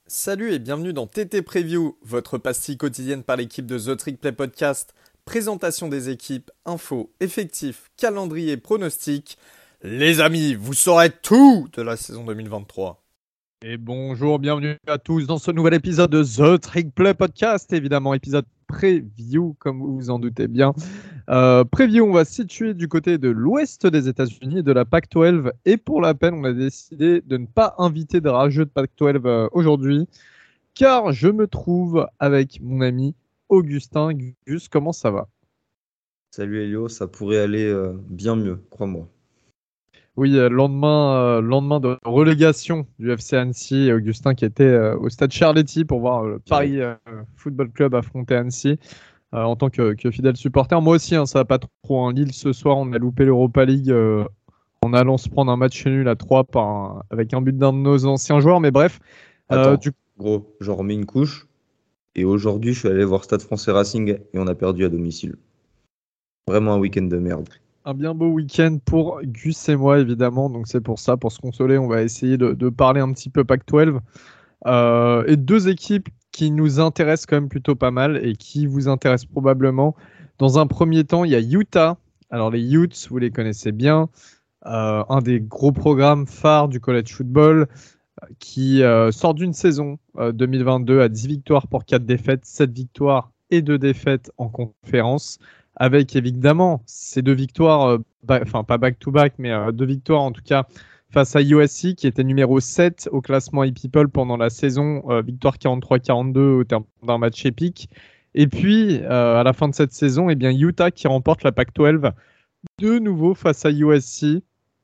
Salut et bienvenue dans TT Preview, votre pastille quotidienne par l'équipe de The Trick Play Podcast. Présentation des équipes, infos, effectifs, calendrier, pronostics. Les amis, vous saurez tout de la saison 2023. Et bonjour, bienvenue à tous dans ce nouvel épisode de The Trick Play Podcast, évidemment épisode preview comme vous vous en doutez bien. Preview, on va se situer du côté de l'ouest des États-Unis et de la Pac-12 et pour la peine, on a décidé de ne pas inviter de rageux de Pac-12 aujourd'hui car je me trouve avec mon ami Augustin. Gus, comment ça va? Salut Elio, ça pourrait aller bien mieux, crois-moi. Oui, lendemain de relégation du FC Annecy, Augustin qui était au stade Charletti pour voir le Paris Football Club affronter Annecy en tant que fidèle supporter. Moi aussi, ça va pas trop. Lille ce soir, on a loupé l'Europa League en allant se prendre un match nul à 3 avec un but d'un de nos anciens joueurs. Mais bref, Attends, gros, j'en remets une couche. Et aujourd'hui, je suis allé voir Stade Français Racing et on a perdu à domicile. Vraiment un week-end de merde. Un bien beau week-end pour Gus et moi, évidemment. Donc c'est pour ça, pour se consoler, on va essayer de parler un petit peu Pac-12. Et deux équipes qui nous intéressent quand même plutôt pas mal et qui vous intéressent probablement. Dans un premier temps, il y a Utah. Alors les Utes, vous les connaissez bien. Un des gros programmes phares du college football qui sort d'une saison 2022 à 10 victoires pour 4 défaites, 7 victoires et 2 défaites en conférence, avec évidemment ces deux victoires, enfin pas back-to-back, mais deux victoires en tout cas face à USC qui était numéro 7 au classement ePeople pendant la saison, victoire 43-42 au terme d'un match épique. Et puis à la fin de cette saison, eh bien, Utah qui remporte la Pac-12 de nouveau face à USC.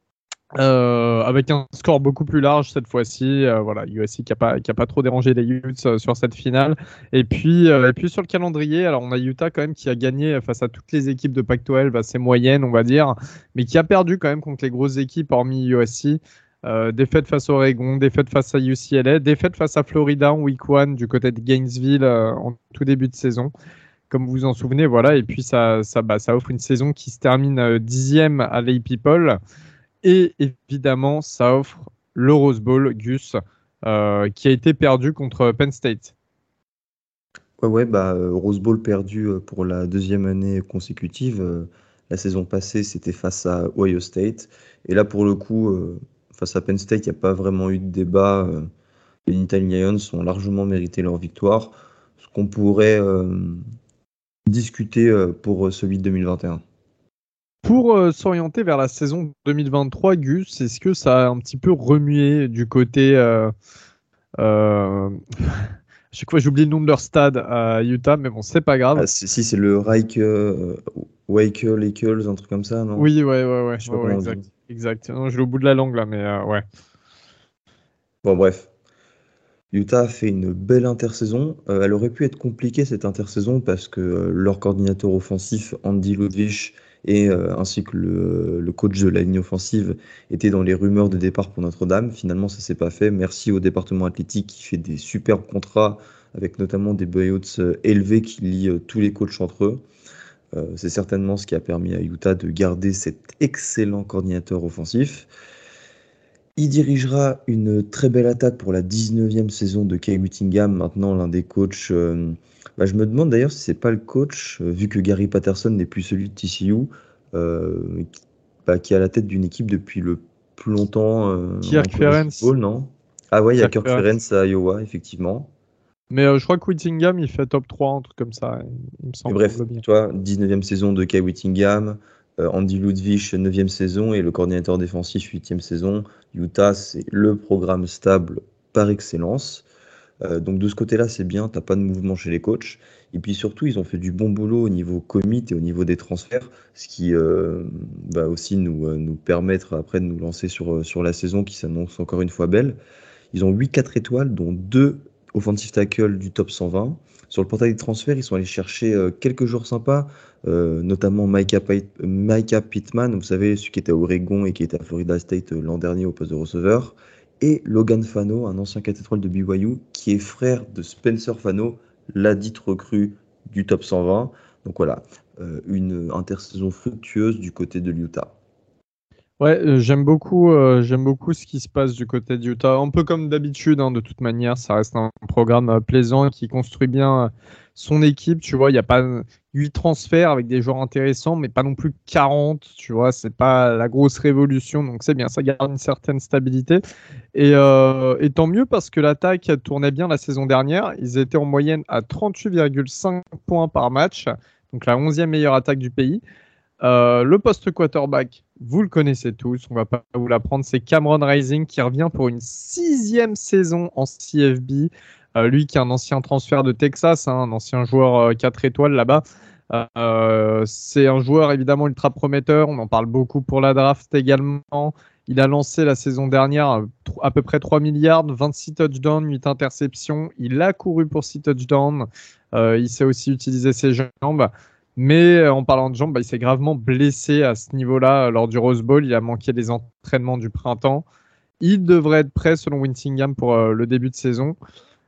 Avec un score beaucoup plus large cette fois-ci. Voilà, USC qui a pas trop dérangé les Utes sur cette finale. Et puis sur le calendrier, alors on a Utah quand même qui a gagné face à toutes les équipes de Pac-12 assez moyennes, on va dire, mais qui a perdu quand même contre les grosses équipes hormis USC. Défaite face à Oregon, défaite face à UCLA, défaite face à Florida en week 1 du côté de Gainesville en tout début de saison. Comme vous vous en souvenez, voilà. Et puis ça offre une saison qui se termine 10e à l'A-People. Et évidemment, ça offre le Rose Bowl, Gus, qui a été perdu contre Penn State. Ouais, Rose Bowl perdu pour la deuxième année consécutive. La saison passée, c'était face à Ohio State. Et là, pour le coup, face à Penn State, il n'y a pas vraiment eu de débat. Les Nittany Lions ont largement mérité leur victoire. Ce qu'on pourrait discuter pour celui de 2021. Pour s'orienter vers la saison 2023, Gus, est-ce que ça a un petit peu remué du côté... à chaque fois, j'oublie le nom de leur stade à Utah, mais bon, c'est pas grave. Ah, si, c'est le Wakel, Eccles, un truc comme ça, non? Oui, ouais, Je sais pas comment on exact. dit. Exact. Non, je l'ai au bout de la langue là, mais ouais. Bon, bref. Utah a fait une belle intersaison. Elle aurait pu être compliquée cette intersaison parce que leur coordinateur offensif, Andy Ludwig, ainsi que le coach de la ligne offensive étaient dans les rumeurs de départ pour Notre-Dame. Finalement, ça s'est pas fait. Merci au département athlétique qui fait des superbes contrats avec notamment des buyouts élevés qui lient tous les coachs entre eux. C'est certainement ce qui a permis à Utah de garder cet excellent coordinateur offensif. Il dirigera une très belle attaque pour la 19e saison de Kyle Whittingham, maintenant l'un des coachs. Je me demande d'ailleurs si c'est pas le coach, vu que Gary Patterson n'est plus celui de TCU, qui est à la tête d'une équipe depuis le plus longtemps Kirk en college Ferentz. football, non? Ah ouais, il y a Kirk Ferentz à Iowa, effectivement. Mais je crois que Whittingham, il fait top 3, un truc comme ça, il me Mais semble bref, bien. toi, 19e saison de Kyle Whittingham, Andy Ludwig, 9e saison, et le coordinateur défensif, 8e saison. Utah, c'est le programme stable par excellence. Donc de ce côté-là, c'est bien, t'as pas de mouvement chez les coachs. Et puis surtout, ils ont fait du bon boulot au niveau commit et au niveau des transferts, ce qui va aussi nous permettre après de nous lancer sur la saison qui s'annonce encore une fois belle. Ils ont 8 4 étoiles, dont 2 offensive tackle du top 120. Sur le portail des transferts, ils sont allés chercher quelques joueurs sympas, notamment Micah Pittman, vous savez, celui qui était à Oregon et qui était à Florida State l'an dernier au poste de receveur, et Logan Fano, un ancien 4 étoiles de BYU, qui est frère de Spencer Fano, la dite recrue du top 120. Donc voilà, une intersaison fructueuse du côté de l'Utah. Ouais, j'aime beaucoup ce qui se passe du côté d'Utah. Un peu comme d'habitude, hein, de toute manière, ça reste un programme plaisant qui construit bien son équipe. Tu vois, il n'y a pas 8 transferts avec des joueurs intéressants, mais pas non plus 40. Tu vois, c'est pas la grosse révolution. Donc c'est bien, ça garde une certaine stabilité. Et tant mieux parce que l'attaque tournait bien la saison dernière. Ils étaient en moyenne à 38,5 points par match, donc la 11e meilleure attaque du pays. Le poste quarterback, vous le connaissez tous, on va pas vous l'apprendre, c'est Cameron Rising qui revient pour une 6e saison en CFB. Lui qui est un ancien transfert de Texas, hein, un ancien joueur 4 étoiles là-bas. C'est un joueur évidemment ultra prometteur, on en parle beaucoup pour la draft également. Il a lancé la saison dernière à peu près 3 milliards, 26 touchdowns, 8 interceptions. Il a couru pour 6 touchdowns. Il sait aussi utiliser ses jambes. Mais en parlant de jambes, il s'est gravement blessé à ce niveau-là lors du Rose Bowl. Il a manqué des entraînements du printemps. Il devrait être prêt selon Winsingham pour le début de saison.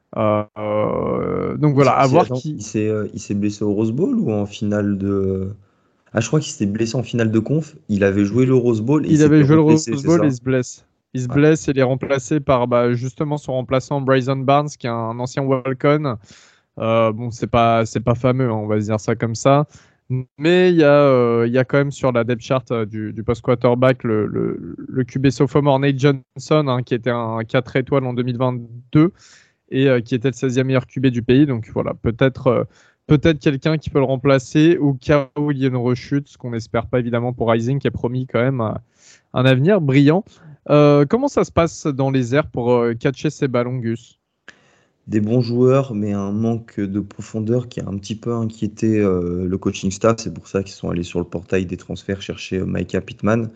Donc voilà, à voir Attends, qui. il s'est blessé au Rose Bowl ou en finale de. Ah, je crois qu'il s'était blessé en finale de conf. Il avait joué le Rose Bowl et il Il avait s'était joué le reblessé, Rose c'est Bowl et il ça? se blesse. Il se Ouais. blesse et il est remplacé par justement son remplaçant Bryson Barnes, qui est un ancien Walcon. Bon, c'est pas fameux, hein, on va se dire ça comme ça. Mais il y a quand même sur la depth chart du post quarterback le QB sophomore Nate Johnson, hein, qui était un 4 étoiles en 2022 et qui était le 16e meilleur QB du pays. Donc voilà, peut-être quelqu'un qui peut le remplacer au cas où il y a une rechute, ce qu'on n'espère pas évidemment pour Rising, qui a promis quand même un avenir brillant. Comment ça se passe dans les airs pour catcher ces ballons, Gus? Des bons joueurs, mais un manque de profondeur qui a un petit peu inquiété le coaching staff. C'est pour ça qu'ils sont allés sur le portail des transferts chercher Micah Pittman.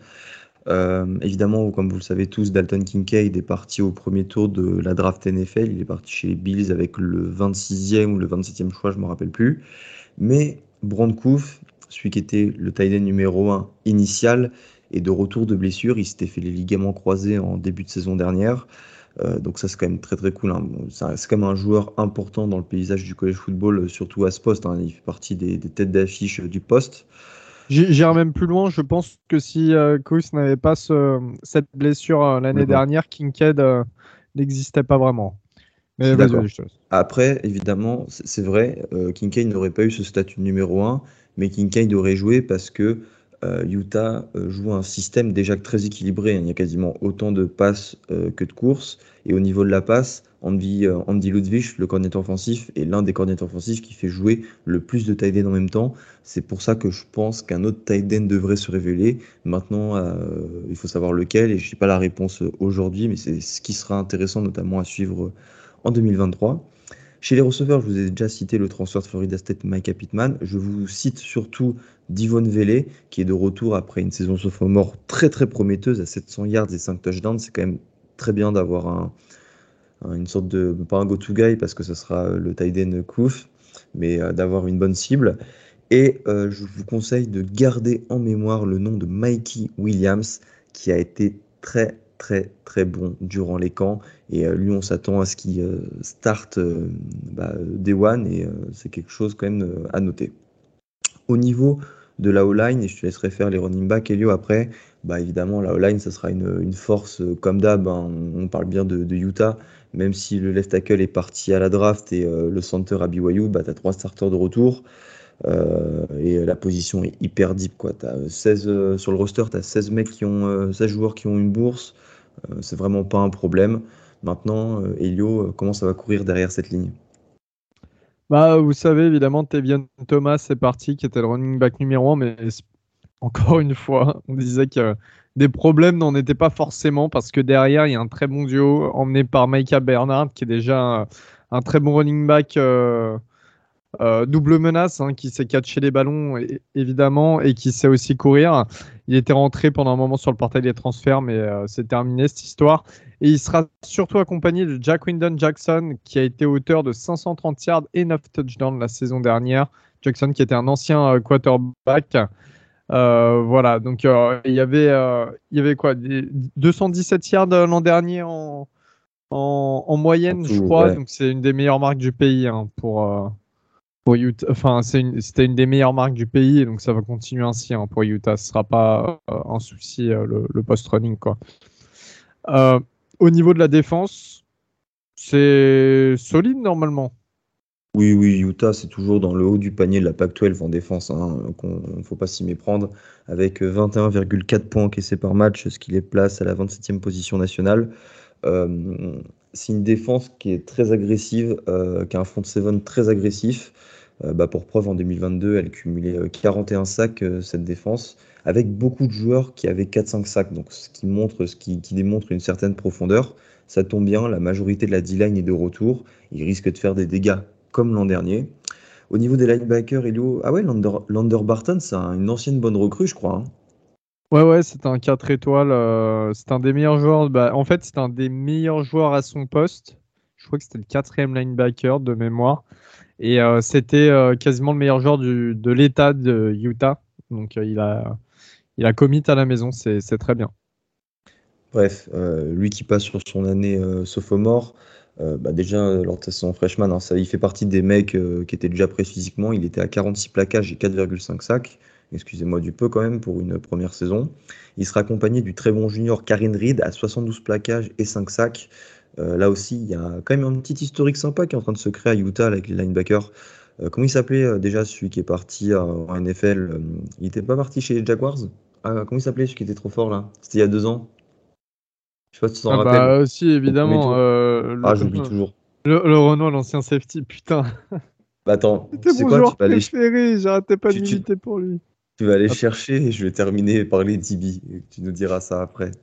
Évidemment, comme vous le savez tous, Dalton Kincaid est parti au premier tour de la draft NFL. Il est parti chez les Bills avec le 26e ou le 27e choix, je ne me rappelle plus. Mais Brandkoof, celui qui était le tight end numéro 1 initial, est de retour de blessure. Il s'était fait les ligaments croisés en début de saison dernière. Donc ça, c'est quand même très très cool, hein. Bon, c'est quand même un joueur important dans le paysage du college football, surtout à ce poste, hein. Il fait partie des têtes d'affiche du poste. J'irai même plus loin. Je pense que si Kous n'avait pas cette blessure l'année Complètement. dernière, Kincaid n'existait pas vraiment. Je Mais suis vas-y, d'accord. je te laisse. Après, évidemment, c'est vrai, Kincaid n'aurait pas eu ce statut de numéro 1, mais Kincaid aurait joué parce que Utah joue un système déjà très équilibré, hein. Il y a quasiment autant de passes que de courses. Et au niveau de la passe, Andy Ludwig, le coordinateur offensif, est l'un des coordinateurs offensifs qui fait jouer le plus de tight end en même temps. C'est pour ça que je pense qu'un autre tight end devrait se révéler. Maintenant, il faut savoir lequel, et je n'ai pas la réponse aujourd'hui, mais c'est ce qui sera intéressant notamment à suivre en 2023. Chez les receveurs, je vous ai déjà cité le transfert de Florida State Micah Pittman. Je vous cite surtout Divon Vele, qui est de retour après une saison sophomore très très prometteuse à 700 yards et 5 touchdowns. C'est quand même très bien d'avoir une sorte de, pas un go-to guy parce que ce sera le tight end Kouf, mais d'avoir une bonne cible. Et je vous conseille de garder en mémoire le nom de Mikey Williams, qui a été très très très bon durant les camps. Et lui, on s'attend à ce qu'il starte Day One, et c'est quelque chose quand même à noter. Au niveau de la O-line, et je te laisserai faire les running back, Elio, après, évidemment, la O-line, ça sera une force comme d'hab, hein. On parle bien de Utah, même si le left tackle est parti à la draft et le center à BYU, tu as 3 starters de retour. Et la position est hyper deep, quoi. Sur le roster, tu as 16 mecs 16 joueurs qui ont une bourse. C'est vraiment pas un problème. Maintenant, Elio, comment ça va courir derrière cette ligne? Vous savez, évidemment, Tevian Thomas est parti, qui était le running back numéro 1, mais encore une fois, on disait que des problèmes n'en étaient pas forcément parce que derrière, il y a un très bon duo emmené par Micah Bernard, qui est déjà un très bon running back double menace, hein, qui sait catcher les ballons évidemment et qui sait aussi courir. Il était rentré pendant un moment sur le portail des transferts, mais c'est terminé cette histoire. Et il sera surtout accompagné de Jack Wyndon Jackson, qui a été auteur de 530 yards et 9 touchdowns la saison dernière. Jackson, qui était un ancien quarterback. Voilà, donc il y avait quoi, 217 yards l'an dernier en En moyenne, je tout, crois. ouais. Donc c'est une des meilleures marques du pays, hein, Pour Utah, enfin, c'était une des meilleures marques du pays, donc ça va continuer ainsi hein, pour Utah. Ce sera pas un souci le post-running quoi. Euh, Au niveau de la défense, c'est solide normalement. Oui, oui, Utah, c'est toujours dans le haut du panier de la Pac-12 en défense. Ne faut pas s'y méprendre. Avec 21,4 points encaissés par match, ce qui les place à la 27e position nationale. Euh, c'est une défense qui est très agressive, qui a un front seven très agressif. Pour preuve, en 2022, elle cumulait 41 sacs, cette défense, avec beaucoup de joueurs qui avaient 4-5 sacs. Donc, qui démontre une certaine profondeur. Ça tombe bien, la majorité de la D-line est de retour. Ils risquent de faire des dégâts comme l'an dernier. Au niveau des linebackers, Elio, ah ouais, Lander Barton, c'est une ancienne bonne recrue, je crois, hein. Ouais, ouais, c'est un 4 étoiles. C'est un des meilleurs joueurs. Bah, en fait, c'est un des meilleurs joueurs à son poste. Je crois que c'était le quatrième linebacker de mémoire. Et c'était quasiment le meilleur joueur de l'État de Utah. Donc, il a commit à la maison. C'est très bien. Bref, lui qui passe sur son année sophomore, déjà lors de son freshman, hein, il fait partie des mecs qui étaient déjà prêts physiquement. Il était à 46 plaquages et 4,5 sacs. Excusez-moi du peu quand même pour une première saison. Il sera accompagné du très bon junior Karin Reed à 72 plaquages et 5 sacs. Là aussi, il y a quand même un petit historique sympa qui est en train de se créer à Utah avec les linebackers. Comment il s'appelait déjà celui qui est parti en NFL? Il n'était pas parti chez les Jaguars? Ah, comment il s'appelait celui qui était trop fort là? C'était il y a 2 ans. Je sais pas si tu t'en Ah rappelles, bah aussi, au premier évidemment. tour. Ah, j'oublie toujours. Le Renault, l'ancien safety, putain. Bah attends, C'était tu sais mon quoi? joueur préféré. J'arrêtais pas de Tu, tu- militer pour lui. tu vas aller Attends. chercher et je vais terminer par les DB. Et tu nous diras ça après.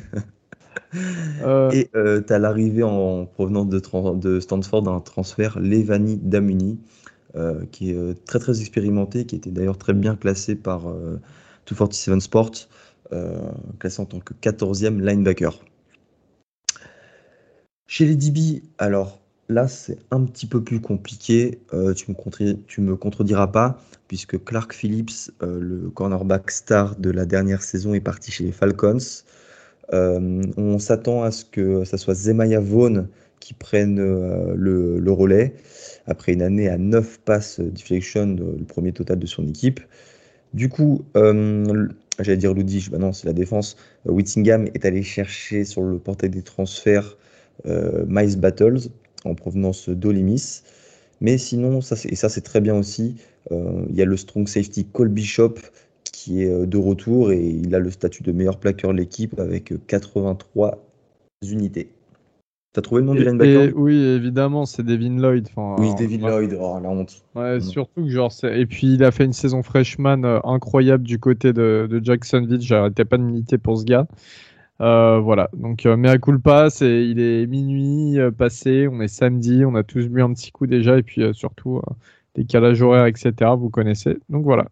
Euh, Et tu as l'arrivée en provenance de Stanford d'un transfert, Levani Damuni, qui est très très expérimenté, qui était d'ailleurs très bien classé par 247 Sports, euh, classé en tant que 14e linebacker. Chez les DB, alors là, c'est un petit peu plus compliqué. Tu me contrediras pas, puisque Clark Phillips, le cornerback star de la dernière saison, est parti chez les Falcons. On s'attend à ce que ça soit Zemaya Vaughn qui prenne le relais après une année à 9 passes deflection, le premier total de son équipe. Du coup, j'allais dire Ludic, bah non, c'est la défense. Whittingham est allé chercher sur le portail des transferts Miles Battles en provenance d'Ole Miss. Mais sinon, et ça c'est très bien aussi, il y a le strong safety Cole Bishop qui est de retour et il a le statut de meilleur plaqueur de l'équipe avec 83 unités. T'as trouvé le nom du linebacker et du coup? oui, évidemment, c'est Devin Lloyd. Oui, Enfin, David Lloyd, oh la honte. ouais, Mm. surtout que genre et puis il a fait une saison freshman incroyable du côté de Jacksonville. J'arrêtais pas de militer pour ce gars. Voilà. Donc mea culpa, il est minuit passé, on est samedi, on a tous bu un petit coup déjà et puis surtout décalage horaire, etc. Vous connaissez. Donc voilà.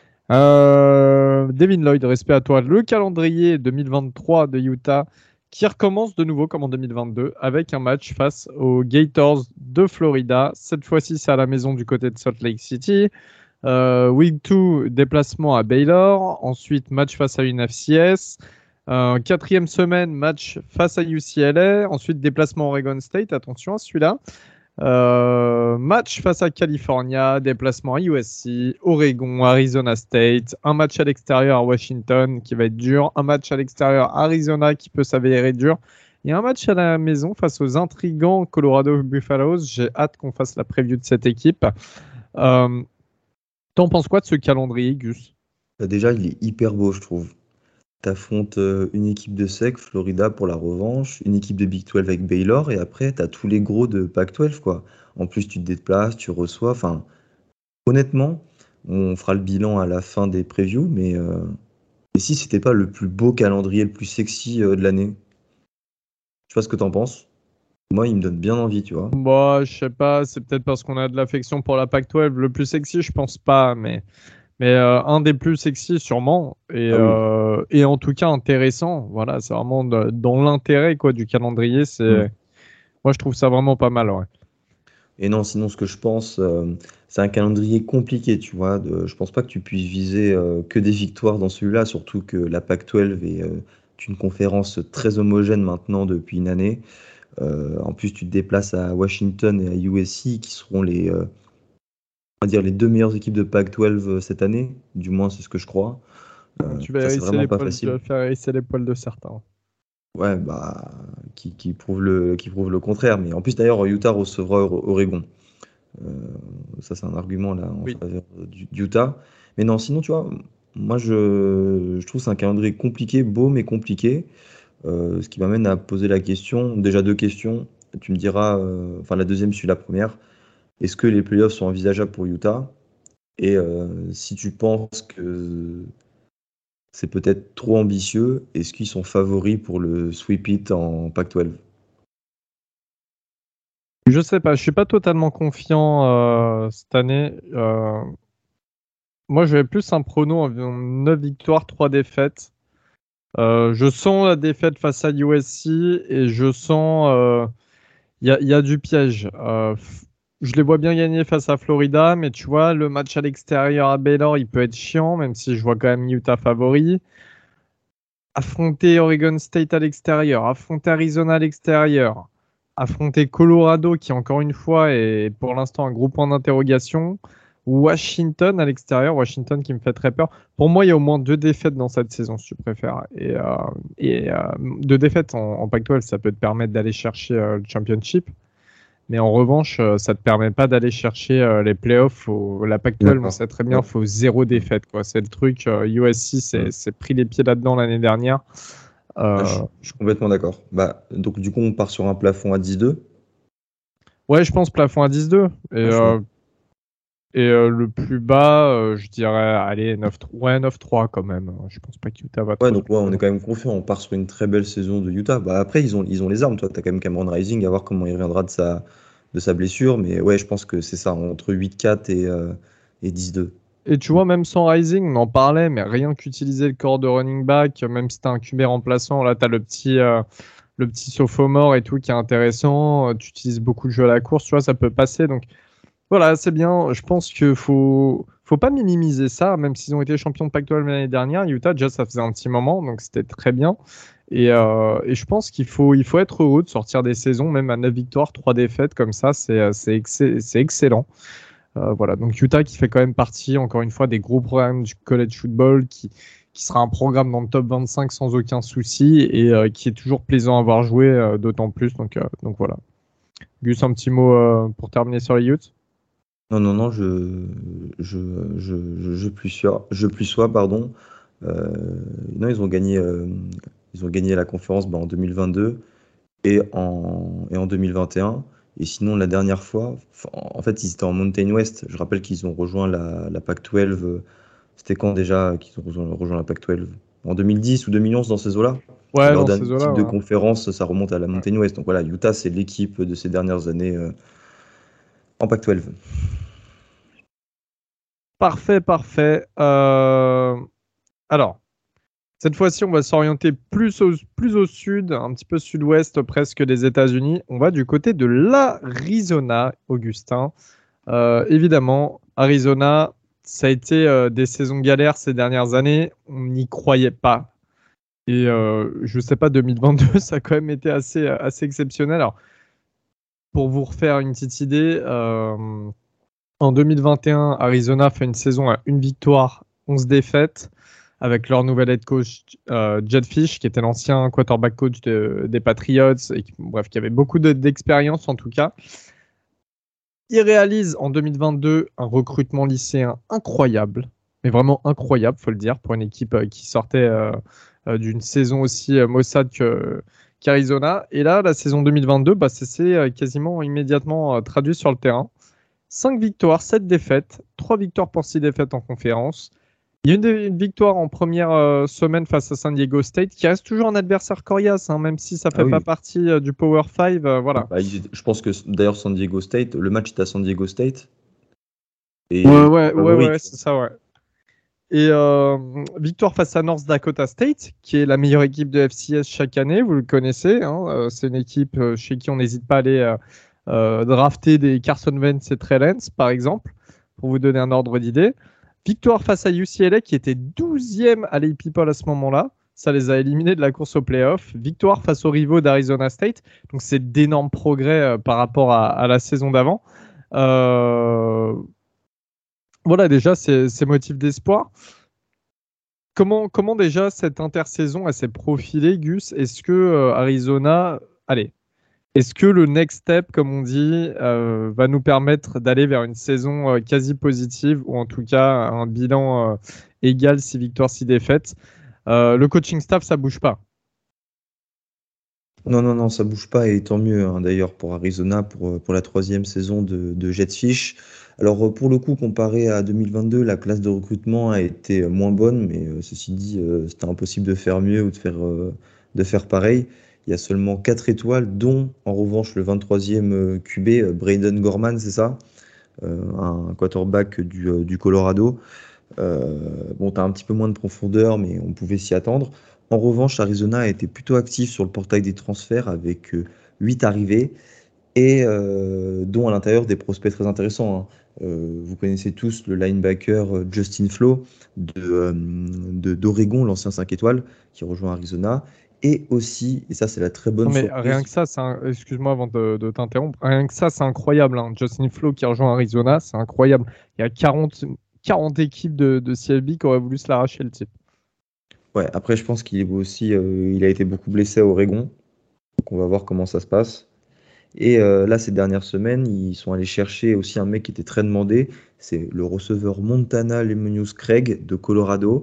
Devin Lloyd, respect à toi. Le calendrier 2023 de Utah qui recommence de nouveau comme en 2022 avec un match face aux Gators de Florida. Cette fois-ci, c'est à la maison du côté de Salt Lake City. Week 2, déplacement à Baylor. Ensuite, match face à une FCS. Quatrième semaine, match face à UCLA. Ensuite, déplacement à Oregon State. Attention à celui-là. Match face à California, déplacement à USC, Oregon, Arizona State, un match à l'extérieur à Washington qui va être dur, un match à l'extérieur à Arizona qui peut s'avérer dur, et un match à la maison face aux intrigants Colorado Buffaloes. J'ai hâte qu'on fasse la preview de cette équipe. Euh, T'en penses quoi de ce calendrier, Gus? Déjà, il est hyper beau, je trouve. T'affrontes une équipe de SEC, Florida pour la revanche, une équipe de Big 12 avec Baylor, et après, t'as tous les gros de Pac-12, quoi. En plus, tu te déplaces, tu reçois. Enfin, honnêtement, on fera le bilan à la fin des previews, mais si c'était pas le plus beau calendrier, le plus sexy de l'année, je sais pas ce que t'en penses. Moi, il me donne bien envie, tu vois. Bah, je sais pas, c'est peut-être parce qu'on a de l'affection pour la Pac-12. Le plus sexy, je pense pas, mais un des plus sexy sûrement Ah oui. et en tout cas intéressant. Voilà, c'est vraiment dans l'intérêt quoi du calendrier. Mm. Moi je trouve ça vraiment pas mal. Ouais. Et non, sinon, ce que je pense, c'est un calendrier compliqué, tu vois. Je pense pas que tu puisses viser que des victoires dans celui-là, surtout que la Pac-12 est une conférence très homogène maintenant depuis une année. En plus, tu te déplaces à Washington et à USC, qui seront va dire, les 2 meilleures équipes de Pac-12 cette année. Du moins, c'est ce que je crois. Tu vas Ça, c'est hérisser vraiment les pas poils, tu facile. vas faire hérisser les poils de certains. Ouais, bah, qui prouve le contraire. Mais en plus, d'ailleurs, Utah recevra Oregon. Euh, Ça, c'est un argument là en Oui. faveur d'Utah. Mais non, sinon, tu vois, moi, je trouve que c'est un calendrier compliqué, beau, mais compliqué. Ce qui m'amène à poser la question, déjà 2 questions. Tu me diras, enfin, la deuxième suit la première. Est-ce que les playoffs sont envisageables pour Utah? Et si tu penses que c'est peut-être trop ambitieux, est-ce qu'ils sont favoris pour le sweep it en Pac-12? Je sais pas, je suis pas totalement confiant cette année. Moi, je vais plus un prono en 9 victoires, 3 défaites. Je sens la défaite face à USC et je sens il y a du piège. Je les vois bien gagner face à Florida, mais tu vois, le match à l'extérieur à Baylor, il peut être chiant, même si je vois quand même Utah favori. Affronter Oregon State à l'extérieur, affronter Arizona à l'extérieur, affronter Colorado qui encore une fois est pour l'instant un gros point d'interrogation, Washington à l'extérieur, Washington qui me fait très peur. Pour moi, il y a au moins 2 défaites dans cette saison, si tu préfères. Et 2 défaites en Pac-12, ça peut te permettre d'aller chercher le championship. Mais en revanche, ça te permet pas d'aller chercher les playoffs. La Pac-12, on D'accord. sait très bien, Ouais. il faut 0 défaite, quoi. C'est le truc. USC Mm. s'est pris les pieds là-dedans l'année dernière. Ah, Euh, je suis complètement d'accord. Bah, donc, du coup, on part sur un plafond à 10-2. ouais, je pense plafond à 10-2. Ouais, je suis d'accord. Le plus bas, je dirais, allez, 9-3. Ouais, 9-3 quand même. Je pense pas que Utah va Ouais, trop se donc ouais, on tromper est non quand plus. même confiant. On part sur une très belle saison de Utah. Bah, après, ils ont les armes. Toi, tu as quand même Cameron Rising, à voir comment il reviendra de sa blessure. Mais ouais, je pense que c'est ça, entre 8-4 et 10-2. Et tu vois, même sans Rising, on en parlait, mais rien qu'utiliser le corps de running back, même si t'as un QB remplaçant, là, t'as le petit sophomore et tout qui est intéressant. Tu utilises beaucoup de jeux à la course, tu vois, ça peut passer. Donc, voilà, c'est bien. Je pense qu'il faut pas minimiser ça, même s'ils ont été champions de Pac-12 l'année dernière. Utah, déjà, ça faisait un petit moment, donc c'était très bien. Et je pense qu'il faut être heureux de sortir des saisons, même à 9 victoires, 3 défaites, comme ça, c'est excellent. Voilà, donc Utah qui fait quand même partie, encore une fois, des gros programmes du college football, qui sera un programme dans le top 25 sans aucun souci et qui est toujours plaisant à avoir joué, d'autant plus. Donc voilà. Gus, un petit mot pour terminer sur les Utes. Non, non, non, je plus sois, pardon. Euh, non, ils ont gagné la conférence bah, en 2022 et en 2021. Et sinon, la dernière fois, en fait, ils étaient en Mountain West. Je rappelle qu'ils ont rejoint la Pac-12. C'était quand déjà qu'ils ont rejoint la Pac-12? En 2010 ou 2011, dans ces eaux-là? Ouais, Leur dans ces dernier eaux-là, titre de ouais. conférence, ça remonte à la Ouais. Mountain West. Donc voilà, Utah, c'est l'équipe de ces dernières années en Pac-12. Parfait, parfait. Alors, cette fois-ci, on va s'orienter plus au sud, un petit peu sud-ouest presque des États-Unis. On va du côté de l'Arizona, Augustin. Évidemment, Arizona, ça a été des saisons galères ces dernières années. On n'y croyait pas. Et je sais pas, 2022, ça a quand même été assez exceptionnel. Alors, pour vous refaire une petite idée, en 2021, Arizona fait une saison à 1 victoire, 11 défaites, avec leur nouvel head coach Jedd Fish, qui était l'ancien quarterback coach des Patriots, et bref, qui avait beaucoup d'expérience en tout cas. Il réalise en 2022 un recrutement lycéen incroyable, mais vraiment incroyable, faut le dire, pour une équipe qui sortait d'une saison aussi maussade qu'Arizona. Et là, la saison 2022, bah, ça s'est quasiment immédiatement traduit sur le terrain. 5 victoires, 7 défaites, 3 victoires pour 6 défaites en conférence. Il y a une victoire en première semaine face à San Diego State, qui reste toujours un adversaire coriace, hein, même si ça ne Ah fait pas oui. partie du Power 5. Voilà. Bah, je pense que d'ailleurs San Diego State, le match est à San Diego State Ouais, et ils ouais, sont ouais, favoris, ouais, tu vois. c'est ça, ouais. Et victoire face à North Dakota State, qui est la meilleure équipe de FCS chaque année, vous le connaissez, hein, c'est une équipe chez qui on n'hésite pas à aller drafter des Carson Wentz et Trey Lance, par exemple, pour vous donner un ordre d'idée. Victoire face à UCLA, qui était 12e à l'A People à ce moment-là. Ça les a éliminés de la course au playoff. Victoire face aux rivaux d'Arizona State. Donc c'est d'énormes progrès par rapport à la saison d'avant. Euh, Voilà déjà ces motifs d'espoir. Comment déjà cette intersaison elle s'est profilée, Gus? Est-ce que Arizona, allez, est-ce que le next step, comme on dit, va nous permettre d'aller vers une saison quasi positive ou en tout cas un bilan égal 6 victoires, 6 défaites? Le coaching staff, ça bouge pas. Non, non, non, ça bouge pas et tant mieux, hein, d'ailleurs pour Arizona pour la troisième saison de Jetfish. Alors pour le coup, comparé à 2022, la classe de recrutement a été moins bonne, mais ceci dit, c'était impossible de faire mieux ou de faire pareil. Il y a seulement 4 étoiles, dont en revanche le 23e QB, Braden Gorman, c'est ça? Un quarterback du Colorado. Bon, tu as un petit peu moins de profondeur, mais on pouvait s'y attendre. En revanche, Arizona a été plutôt actif sur le portail des transferts avec 8 arrivées et dont à l'intérieur des prospects très intéressants, hein. Vous connaissez tous le linebacker Justin Flo d'Oregon, l'ancien 5 étoiles, qui rejoint Arizona. Et aussi, et ça c'est la très Non, bonne mais rien surprise, que ça, excuse-moi avant de t'interrompre, rien que ça, c'est incroyable, hein. Justin Flo qui rejoint Arizona, c'est incroyable. Il y a 40 équipes de CLB qui auraient voulu se l'arracher le type. ouais, après je pense qu'il est aussi, il a été beaucoup blessé à Oregon, donc on va voir comment ça se passe. Et là, ces dernières semaines, ils sont allés chercher aussi un mec qui était très demandé. C'est le receveur Montana Lemonious Craig de Colorado.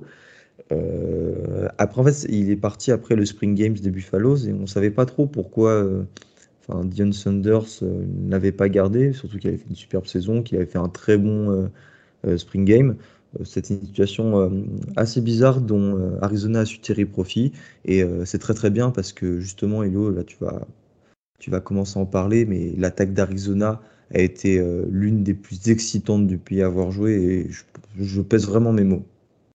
Après, en fait, il est parti après le Spring Games des Buffaloes et on ne savait pas trop pourquoi enfin, Deion Sanders n'avait pas gardé, surtout qu'il avait fait une superbe saison, qu'il avait fait un très bon Spring Game. C'était une situation assez bizarre dont Arizona a su tirer profit et c'est très très bien parce que justement, Elo, là, tu vas commencer à en parler, mais l'attaque d'Arizona a été l'une des plus excitantes depuis avoir joué et je pèse vraiment mes mots.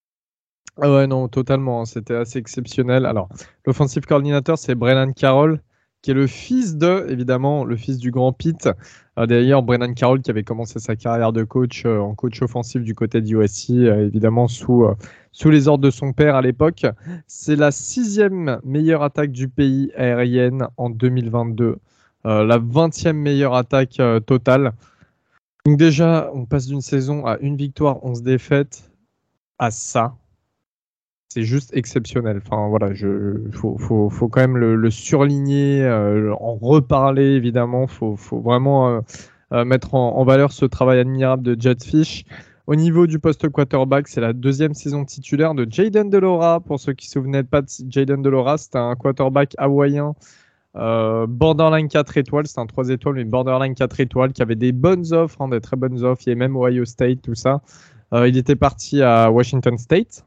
Ah ouais, non, totalement, hein. C'était assez exceptionnel. Alors, l'offensive coordinateur, c'est Brennan Carroll, qui est le fils évidemment, le fils du grand Pete. D'ailleurs, Brennan Carroll qui avait commencé sa carrière de coach en coach offensif du côté d'USC, évidemment sous les ordres de son père à l'époque. C'est la 6e meilleure attaque du pays aérienne en 2022. La 20e meilleure attaque totale. Donc déjà, on passe d'une saison à une victoire, 11 défaites, à ça. C'est juste exceptionnel. Enfin voilà, faut quand même le surligner, en reparler évidemment. Faut vraiment mettre en valeur ce travail admirable de Jetfish. Au niveau du poste quarterback, c'est la 2e saison titulaire de Jayden Delora. Pour ceux qui ne se souvenaient pas de Jayden Delora, c'était un quarterback hawaïen, borderline 4 étoiles. C'est un 3 étoiles, mais borderline 4 étoiles, qui avait des bonnes offres, hein, des très bonnes offres. Il y avait même Ohio State, tout ça. Il était parti à Washington State.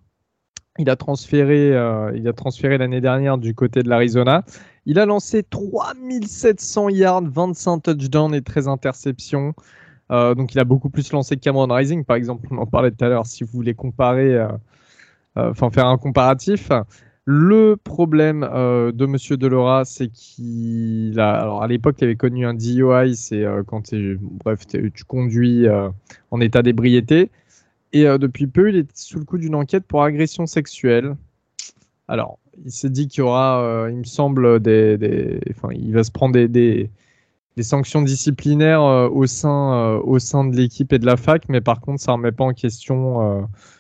Il a transféré l'année dernière du côté de l'Arizona. Il a lancé 3700 yards, 25 touchdowns et 13 interceptions. Donc il a beaucoup plus lancé que Cameron Rising, par exemple. On en parlait tout à l'heure, si vous voulez comparer, enfin faire un comparatif. Le problème de Monsieur Delora, c'est qu'il a, alors à l'époque, il avait connu un DUI, c'est quand tu conduis en état d'ébriété. Et depuis peu, il est sous le coup d'une enquête pour agression sexuelle. Alors, il s'est dit qu'il y aura, il me semble, enfin, il va se prendre des sanctions disciplinaires au sein de l'équipe et de la fac, mais par contre, ça ne remet pas en question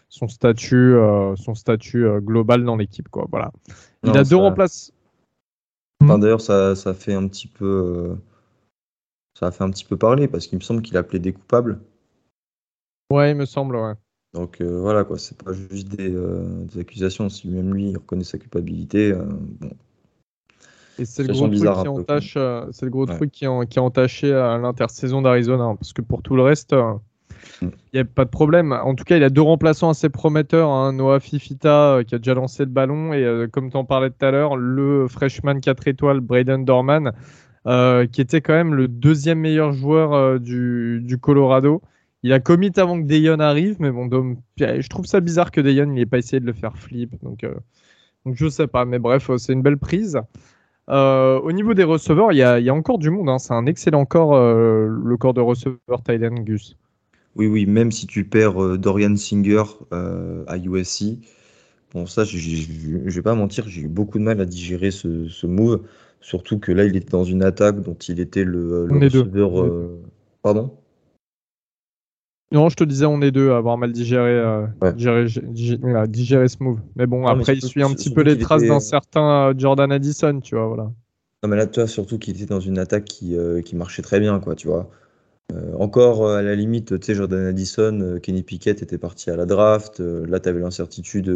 son statut global dans l'équipe, quoi. Voilà. Il Non, a deux remplaçants. enfin, d'ailleurs, ça fait un petit peu, ça a fait un petit peu parler parce qu'il me semble qu'il a plaidé coupable. Ouais, il me semble, ouais. Donc voilà quoi, c'est pas juste des accusations. Si même lui il reconnaît sa culpabilité, bon, Et c'est le gros situation truc bizarre un qui peu quand même. entache, c'est le gros Ouais. truc qui a entaché l'intersaison d'Arizona, hein, parce que pour tout le reste, Mm. il n'y a pas de problème. En tout cas, il a deux remplaçants assez prometteurs, hein. Noah Fifita, qui a déjà lancé le ballon, et comme tu en parlais tout à l'heure, le freshman 4 étoiles, Braden Dorman, qui était quand même le deuxième meilleur joueur du Colorado. Il a commit avant que Dayon arrive, mais bon, je trouve ça bizarre que Dayon n'ait pas essayé de le faire flip. Donc je sais pas, mais bref, c'est une belle prise. Au niveau des receveurs, il y a encore du monde, hein. C'est un excellent corps, le corps de receveur Tylen Gus. Oui, oui, même si tu perds Dorian Singer à USC, bon ça je vais pas mentir, j'ai eu beaucoup de mal à digérer ce move, surtout que là il était dans une attaque dont il était le On est deux. receveur. On est deux. Pardon? Non, je te disais, on est deux à avoir mal Ouais. digéré ce move. Mais bon, Non, mais après, il suit un petit peu surtout les qu'il traces était. d'un certain Jordan Addison, tu vois, voilà. Non, mais là, toi, surtout qu'il était dans une attaque qui marchait très bien, quoi, tu vois. Encore à la limite, tu sais, Jordan Addison, Kenny Pickett était parti à la draft. Là, tu avais l'incertitude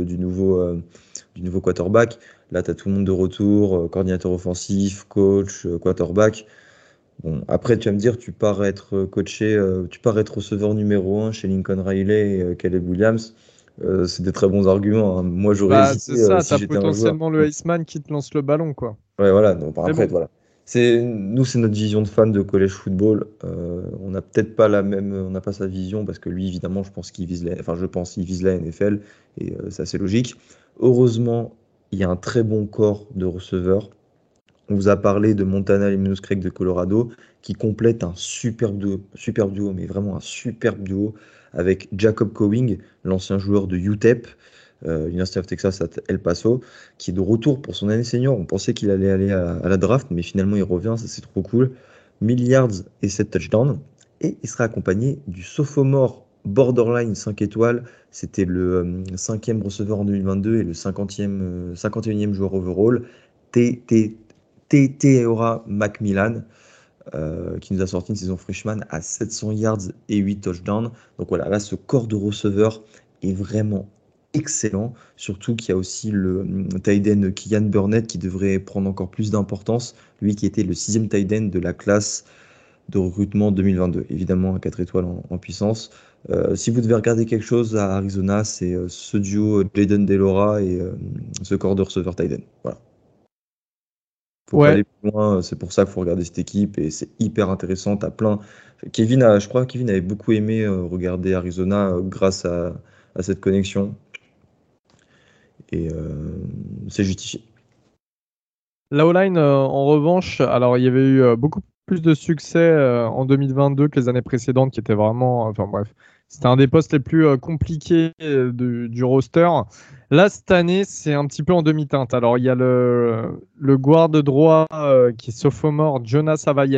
du nouveau quarterback. Là, tu as tout le monde de retour, coordinateur offensif, coach, quarterback. Bon, après, tu vas me dire, tu pars être coaché, tu pars être receveur numéro un chez Lincoln Riley et Caleb Williams. C'est des très bons arguments, hein. Moi, j'aurais Bah, hésité c'est ça, si t'as j'étais un joueur. potentiellement le Iceman qui te lance le ballon, quoi. Ouais, voilà. Donc, Mais après, bon, voilà. Nous, c'est notre vision de fan de college football. On n'a peut-être pas la même, on n'a pas sa vision parce que lui, évidemment, je pense qu'il vise la NFL et c'est assez logique. Heureusement, il y a un très bon corps de receveurs. On vous a parlé de Montana Luminous Creek de Colorado qui complète un superbe duo, mais vraiment un superbe duo avec Jacob Cowing, l'ancien joueur de UTEP, University of Texas at El Paso, qui est de retour pour son année senior. On pensait qu'il allait aller à la draft, mais finalement il revient, ça c'est trop cool. 1000 yards et 7 touchdowns. Et il sera accompagné du sophomore borderline 5 étoiles. C'était le cinquième receveur en 2022 et le 51e joueur overall. TT Teora Macmillan, qui nous a sorti une saison freshman à 700 yards et 8 touchdowns. Donc voilà, là, ce corps de receveur est vraiment excellent. Surtout qu'il y a aussi le tight end Kian Burnett qui devrait prendre encore plus d'importance. Lui qui était le 6e tight end de la classe de recrutement 2022. Évidemment, à 4 étoiles en puissance. Si vous devez regarder quelque chose à Arizona, c'est ce duo Jaden Delora et ce corps de receveur tight end. Voilà. Faut pas ouais, aller plus loin, c'est pour ça qu'il faut regarder cette équipe et c'est hyper intéressant. T'as plein. Je crois que Kevin avait beaucoup aimé regarder Arizona grâce à cette connexion et c'est justifié. la O-line, en revanche, alors il y avait eu beaucoup plus de succès en 2022 que les années précédentes, qui étaient vraiment, enfin bref, c'était un des postes les plus compliqués du roster. Là, cette année, c'est un petit peu en demi-teinte. Alors, il y a le guard droit qui est sophomore, Jonas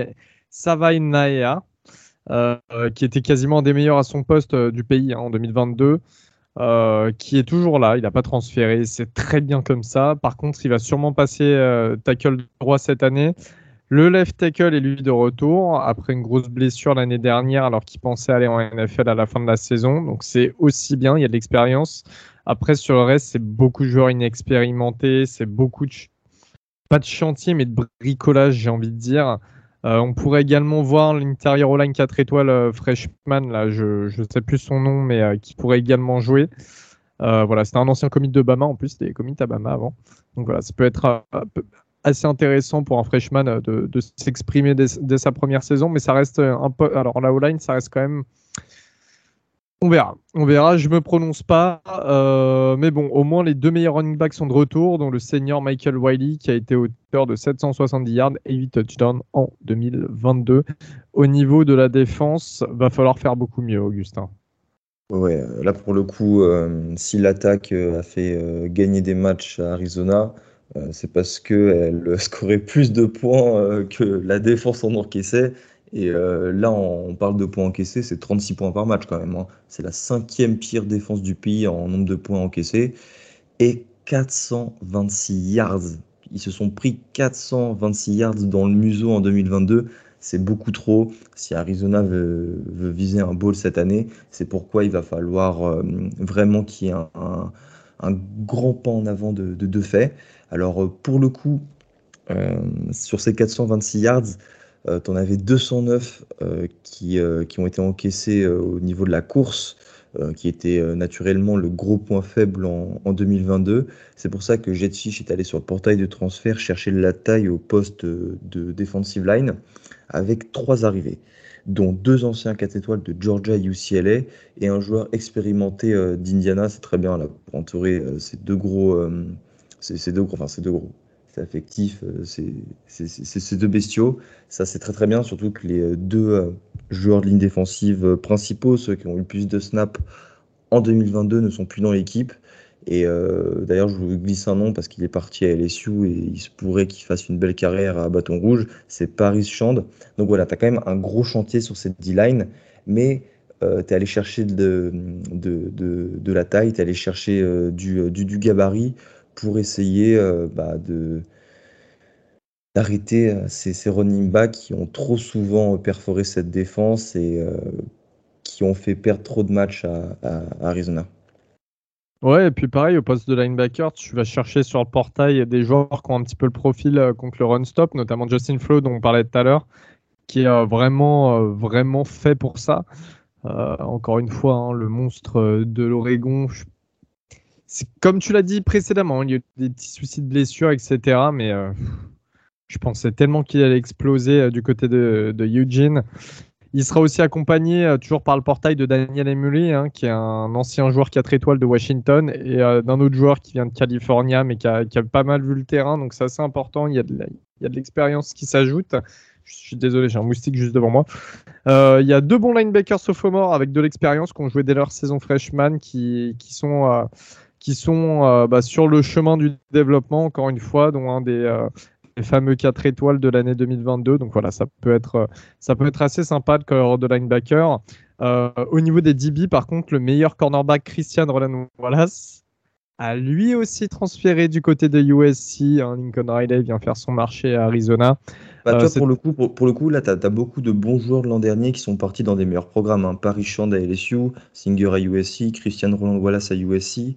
Savaiinaea, qui était quasiment un des meilleurs à son poste du pays, hein, en 2022, qui est toujours là. Il n'a pas transféré. C'est très bien comme ça. Par contre, il va sûrement passer tackle droit cette année. Le left tackle est lui de retour après une grosse blessure l'année dernière alors qu'il pensait aller en NFL à la fin de la saison. Donc c'est aussi bien, il y a de l'expérience. Après, sur le reste, c'est beaucoup de joueurs inexpérimentés. C'est beaucoup pas de chantier, mais de bricolage, j'ai envie de dire. On pourrait également voir l'intérieur O-line 4 étoiles freshman, là, je ne sais plus son nom, mais qui pourrait également jouer. Voilà, c'était un ancien commit de Bama, en plus, c'était commit à Bama avant. Donc voilà, ça peut être assez intéressant pour un freshman de s'exprimer dès sa première saison, mais ça reste un peu. Alors la O-line, ça reste quand même. On verra. On verra. Je me prononce pas. Mais bon, au moins les deux meilleurs running backs sont de retour, dont le senior Michael Wiley qui a été auteur de 770 yards et 8 touchdowns en 2022. Au niveau de la défense, va falloir faire beaucoup mieux, Augustin. Ouais, là pour le coup, si l'attaque a fait gagner des matchs à Arizona, c'est parce qu'elle scorait plus de points que la défense en encaissait. Et là, on parle de points encaissés, c'est 36 points par match quand même, hein. C'est la cinquième pire défense du pays en nombre de points encaissés. Et 426 yards. Ils se sont pris 426 yards dans le museau en 2022. C'est beaucoup trop. Si Arizona veut viser un bowl cette année, c'est pourquoi il va falloir vraiment qu'il y ait un grand pas en avant de fait. Alors, pour le coup, euh, sur ces 426 yards, tu en avais 209 qui ont été encaissés au niveau de la course, qui était naturellement le gros point faible en 2022. C'est pour ça que Jetfish est allé sur le portail de transfert chercher la taille au poste de defensive line avec trois arrivées, dont deux anciens 4 étoiles de Georgia et UCLA et un joueur expérimenté d'Indiana. C'est très bien là pour entourer ces deux gros, ces deux gros. C'est affectif, c'est ces deux bestiaux. Ça, c'est très très bien, surtout que les deux joueurs de ligne défensive principaux, ceux qui ont eu le plus de snaps en 2022, ne sont plus dans l'équipe. Et d'ailleurs, je vous glisse un nom parce qu'il est parti à LSU et il se pourrait qu'il fasse une belle carrière à Bâton Rouge. C'est Paris Chand. Donc voilà, tu as quand même un gros chantier sur cette D-line. Mais Tu es allé chercher de la taille, tu es allé chercher du gabarit pour essayer d'arrêter ces running backs qui ont trop souvent perforé cette défense et qui ont fait perdre trop de matchs à Arizona. Ouais, et puis pareil, au poste de linebacker, tu vas chercher sur le portail des joueurs qui ont un petit peu le profil contre le run-stop, notamment Justin Flowe, dont on parlait tout à l'heure, qui est vraiment fait pour ça. Encore une fois, hein, le monstre de l'Oregon, c'est comme tu l'as dit précédemment, il y a eu des petits soucis de blessure, etc. Mais je pensais tellement qu'il allait exploser du côté de Eugene. Il sera aussi accompagné toujours par le portail de Daniel Emuli, hein, qui est un ancien joueur 4 étoiles de Washington, et d'un autre joueur qui vient de California, mais qui a pas mal vu le terrain. Donc c'est assez important. Il y a de l'expérience qui s'ajoute. Je suis désolé, j'ai un moustique juste devant moi. Il y a 2 bons linebackers sophomores avec de l'expérience qui ont joué dès leur saison freshman, qui sont sur le chemin du développement, encore une fois, dont un des fameux 4 étoiles de l'année 2022. Donc voilà, ça peut être assez sympa de corps de linebacker. Au niveau des DB, par contre, le meilleur cornerback, Christian Roland Wallace, a lui aussi transféré du côté de USC. Hein. Lincoln Riley vient faire son marché à Arizona. Toi, pour le coup, là, tu as beaucoup de bons joueurs de l'an dernier qui sont partis dans des meilleurs programmes. Hein. Paris Chand à LSU, Singer à USC, Christian Roland Wallace à USC.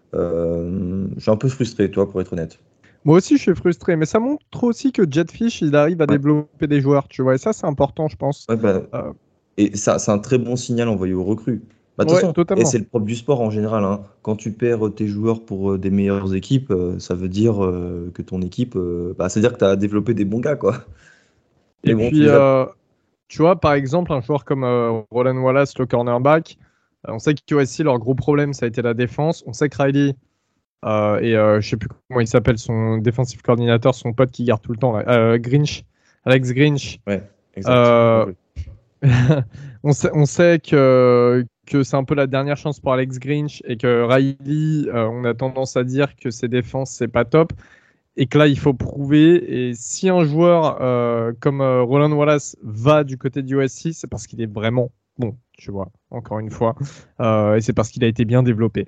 Je suis un peu frustré, toi, pour être honnête. Moi aussi, je suis frustré, mais ça montre aussi que Jetfish, il arrive à Ouais. développer des joueurs, tu vois, et ça, c'est important, je pense. Ouais, Euh, et ça, c'est un très bon signal envoyé aux recrues. De toute ouais, façon, et totalement. c'est le propre du sport en général. Hein. Quand tu perds tes joueurs pour des meilleures équipes, ça veut dire que ton équipe, ça veut dire que tu as développé des bons gars, quoi. Mais Et bon, tu puis, les as. tu vois, par exemple, un joueur comme Roland Wallace, le cornerback, on sait qu'USC, leur gros problème, ça a été la défense. On sait que Riley je sais plus comment il s'appelle, son défensif coordinateur, son pote qui garde tout le temps, là, Alex Grinch. Ouais, exact. Euh, on sait que c'est un peu la dernière chance pour Alex Grinch et que Riley, on a tendance à dire que ses défenses, c'est pas top. Et que là, il faut prouver. Et si un joueur comme Roland Wallace va du côté du USC, c'est parce qu'il est vraiment bon, tu vois, encore une fois. Et c'est parce qu'il a été bien développé.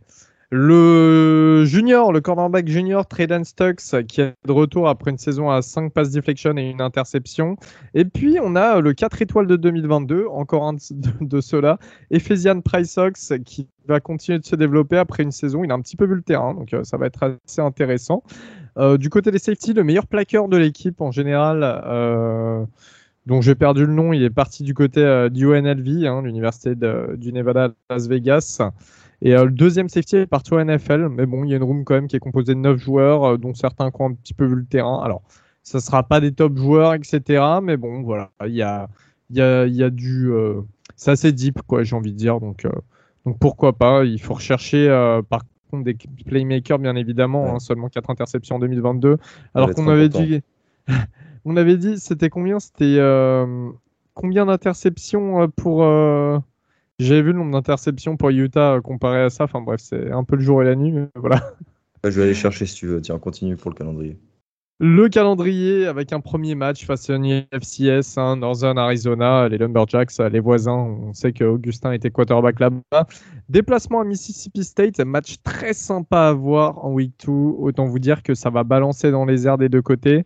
Le cornerback junior, Traden Stux, qui est de retour après une saison à 5 passes deflection et une interception. Et puis, on a le 4 étoiles de 2022, encore un de ceux-là, Ephesian Prysox, qui va continuer de se développer après une saison. Il a un petit peu vu le terrain, donc ça va être assez intéressant. Du côté des safety, le meilleur plaqueur de l'équipe en général, dont j'ai perdu le nom, il est parti du côté du UNLV, hein, l'université du Nevada Las Vegas. Et le deuxième safety est parti au NFL, mais bon, il y a une room quand même qui est composée de 9 joueurs, dont certains qui ont un petit peu vu le terrain. Alors, ça ne sera pas des top joueurs, etc. Mais bon, voilà, il y a du... c'est assez deep, quoi, j'ai envie de dire. Donc pourquoi pas. Il faut rechercher, par contre, des playmakers, bien évidemment. Ouais, Hein, seulement 4 interceptions en 2022. ça va Alors être qu'on avait important. dit... On avait dit, c'était combien? C'était combien d'interceptions pour... J'avais vu le nombre d'interceptions pour Utah comparé à ça. Enfin bref, c'est un peu le jour et la nuit, mais voilà. Je vais aller chercher si tu veux. Tiens, continue pour le calendrier. Le calendrier avec un premier match face à une FCS, hein, Northern Arizona, les Lumberjacks, les voisins. On sait qu'Augustin était quarterback là-bas. Déplacement à Mississippi State, match très sympa à voir en week 2. Autant vous dire que ça va balancer dans les airs des deux côtés.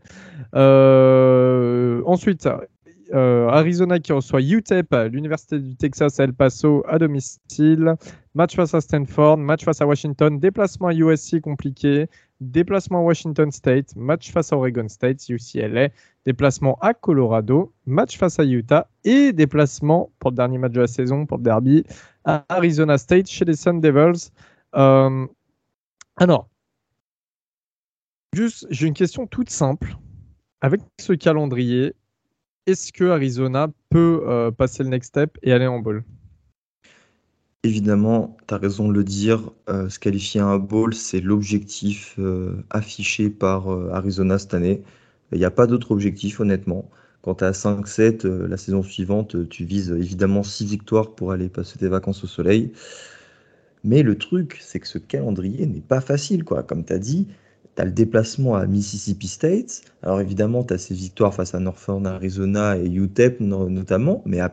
Ensuite, Arizona qui reçoit UTEP, l'Université du Texas à El Paso à domicile. Match face à Stanford, match face à Washington, déplacement à USC compliqué, déplacement à Washington State, match face à Oregon State, UCLA, déplacement à Colorado, match face à Utah et déplacement pour le dernier match de la saison, pour le derby, à Arizona State chez les Sun Devils. Alors, juste, j'ai une question toute simple. Avec ce calendrier, est-ce que Arizona peut passer le next step et aller en bowl? Évidemment, tu as raison de le dire, se qualifier à un bowl, c'est l'objectif affiché par Arizona cette année. Il n'y a pas d'autre objectif, honnêtement. Quand tu es à 5-7, la saison suivante, tu vises évidemment 6 victoires pour aller passer tes vacances au soleil. Mais le truc, c'est que ce calendrier n'est pas facile, quoi. Comme tu as dit, tu as le déplacement à Mississippi State. Alors évidemment, tu as ces victoires face à Northern Arizona et UTEP notamment. Mais après,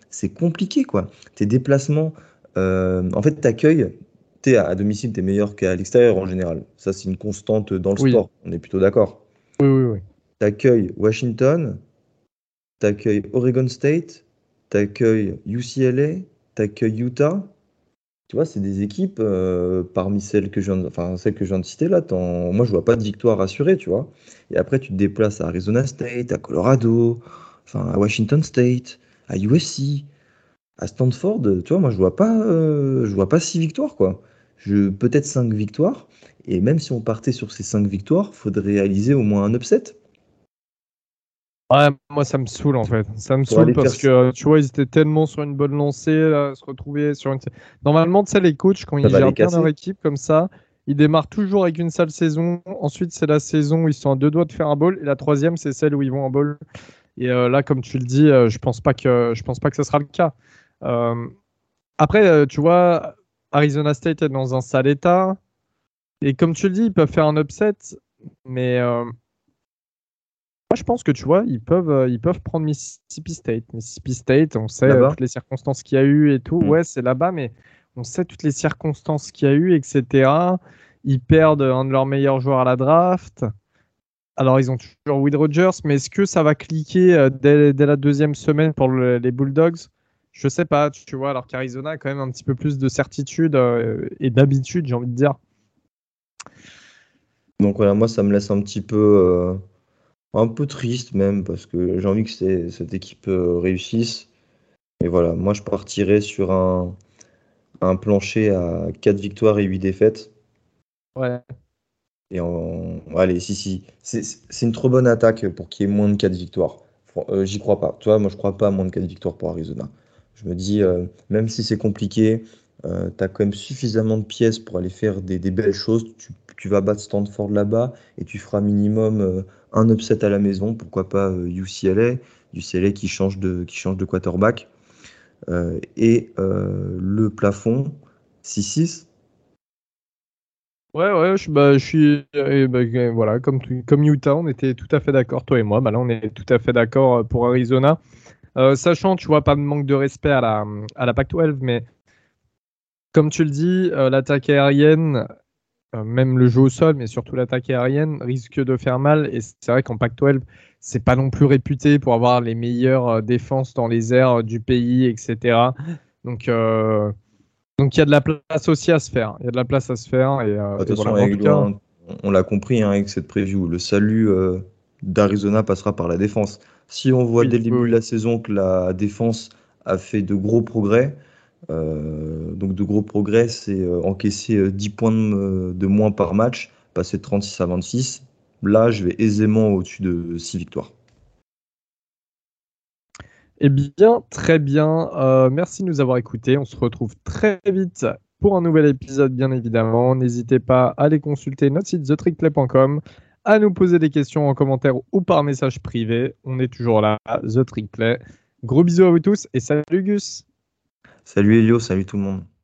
c'est compliqué, quoi. Tes déplacements, en fait, t'accueilles, à domicile, t'es meilleur qu'à l'extérieur en général. Ça, c'est une constante dans le Oui, sport. On est plutôt d'accord. oui, oui, oui. T'accueilles Washington, t'accueilles Oregon State, t'accueilles UCLA, t'accueilles Utah. Tu vois, c'est des équipes parmi celles que je viens de citer là. Moi, je vois pas de victoire assurée, tu vois. Et après, tu te déplaces à Arizona State, à Colorado, enfin à Washington State, à USC, à Stanford. Tu vois, moi, je vois pas 6 victoires, quoi. Peut-être 5 victoires. Et même si on partait sur ces 5 victoires, faudrait réaliser au moins un upset Ouais, moi, ça me saoule en fait. Ça me pour saoule aller faire. parce que tu vois, ils étaient tellement sur une bonne lancée, là, se retrouver sur une. Normalement, tu sais, les coachs, quand Ça ils va les gèrent bien leur casser. équipe comme ça, ils démarrent toujours avec une sale saison. Ensuite, c'est la saison où ils sont à 2 doigts de faire un bowl. Et la troisième, c'est celle où ils vont en bowl. Et là, comme tu le dis, je pense pas que ce sera le cas. Euh, Après, tu vois, Arizona State est dans un sale état. Et comme tu le dis, ils peuvent faire un upset. Mais moi, je pense que tu vois, ils peuvent prendre Mississippi State. Mississippi State, on sait Là-bas. toutes les circonstances qu'il y a eu et tout. Hmm. Ouais, c'est là-bas, mais on sait toutes les circonstances qu'il y a eu, etc. Ils perdent un de leurs meilleurs joueurs à la draft. Alors, ils ont toujours Will Rogers, mais est-ce que ça va cliquer dès la deuxième semaine pour les Bulldogs? Je sais pas, tu vois, alors qu'Arizona a quand même un petit peu plus de certitude et d'habitude, j'ai envie de dire. Donc voilà, moi, ça me laisse un peu triste même, parce que j'ai envie que cette équipe réussisse. Et voilà, moi, je partirais sur un plancher à 4 victoires et 8 défaites. Ouais. Allez, si. C'est une trop bonne attaque pour qu'il y ait moins de 4 victoires. J'y crois pas. Tu vois, moi, je crois pas à moins de 4 victoires pour Arizona. Je me dis, même si c'est compliqué, tu as quand même suffisamment de pièces pour aller faire des belles choses. Tu vas battre Stanford là-bas et tu feras minimum un upset à la maison. Pourquoi pas UCLA? UCLA qui change de quarterback. Le plafond, 6-6. Ouais, ouais, je suis, voilà, comme Utah, on était tout à fait d'accord, toi et moi. Bah là, on est tout à fait d'accord pour Arizona. Sachant, tu vois, pas de manque de respect à la Pac-12, mais comme tu le dis, l'attaque aérienne, même le jeu au sol, mais surtout l'attaque aérienne, risque de faire mal. Et c'est vrai qu'en Pac-12, c'est pas non plus réputé pour avoir les meilleures défenses dans les airs du pays, etc. Donc, euh, donc il y a de la place aussi à se faire. Il y a de la place à se faire. De toute Et voilà. façon, Mais en avec tout cas, Loin, on l'a compris hein, avec cette preview, le salut d'Arizona passera par la défense. Si on voit oui, dès le oui, début de oui. la saison que la défense a fait de gros progrès, donc de gros progrès, c'est encaisser 10 points de moins par match, passer de 36 à 26. Là, je vais aisément au-dessus de 6 victoires. Eh bien, très bien. Merci de nous avoir écoutés. On se retrouve très vite pour un nouvel épisode, bien évidemment. N'hésitez pas à aller consulter notre site thetrickplay.com, à nous poser des questions en commentaire ou par message privé. On est toujours là, The Trick Play. Gros bisous à vous tous et salut Gus. Salut Elio, salut tout le monde.